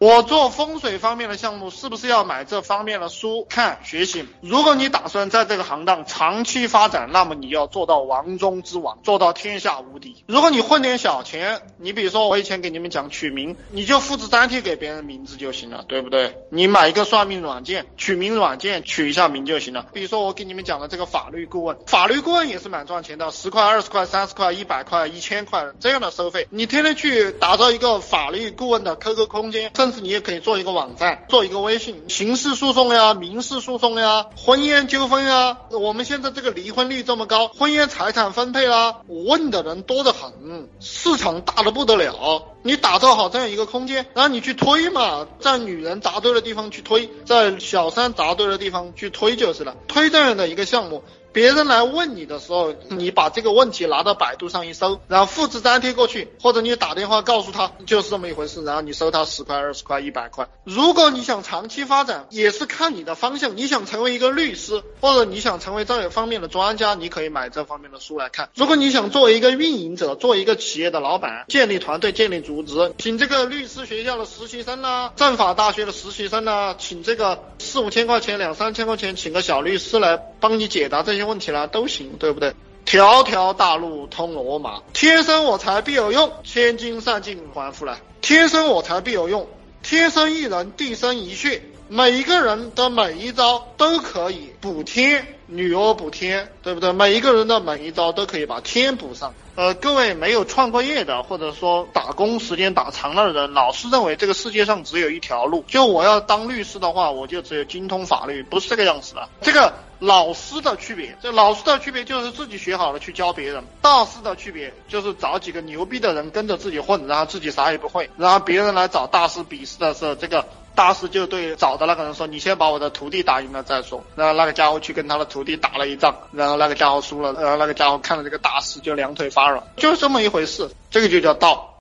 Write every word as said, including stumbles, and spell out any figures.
我做风水方面的项目是不是要买这方面的书看学习？如果你打算在这个行当长期发展，那么你要做到王中之王，做到天下无敌。如果你混点小钱，你比如说我以前给你们讲取名，你就复制粘贴给别人名字就行了，对不对？你买一个算命软件，取名软件取一下名就行了。比如说我给你们讲的这个法律顾问，法律顾问也是蛮赚钱的，十块、二十块、三十块、一百块、一千块这样的收费。你天天去打造一个法律顾问的 Q Q 空间，甚至你也可以做一个网站，做一个微信，刑事诉讼呀、民事诉讼呀、婚姻纠纷呀。我们现在这个离婚率这么高，婚姻财产分配啦，问的人多得很，市场大得不得了。你打造好这样一个空间，然后你去推嘛，在女人砸堆的地方去推，在小三砸堆的地方去推就是了。推这样的一个项目，别人来问你的时候，你把这个问题拿到百度上一搜，然后复制粘贴过去，或者你打电话告诉他就是这么一回事，然后你收他十块、二十块、一百块。如果你想长期发展，也是看你的方向，你想成为一个律师，或者你想成为这方面的专家，你可以买这方面的书来看。如果你想作为一个运营者，做一个企业的老板，建立团队、建立组织，请这个律师学校的实习生啦、政法大学的实习生啦，请这个四五千块钱、两三千块钱，请个小律师来帮你解答这些问题啦，都行，对不对？条条大路通罗马，天生我材必有用，千金散尽还复来。天生我材必有用，天生一人地生一穴，每一个人的每一招都可以补天，女娲补天，对不对？每一个人的每一招都可以把天补上。呃，各位没有创过业的，或者说打工时间打长了的人，老是认为这个世界上只有一条路，就我要当律师的话，我就只有精通法律，不是这个样子的。这个老师的区别，这老师的区别就是自己学好了去教别人，大师的区别就是找几个牛逼的人跟着自己混，然后自己啥也不会，然后别人来找大师比试的时候，这个大师就对找的那个人说，你先把我的徒弟打赢了再说。然后那个家伙去跟他的徒弟打了一仗，然后那个家伙输了，然后那个家伙看了这个大师就两腿发软，就是这么一回事，这个就叫道。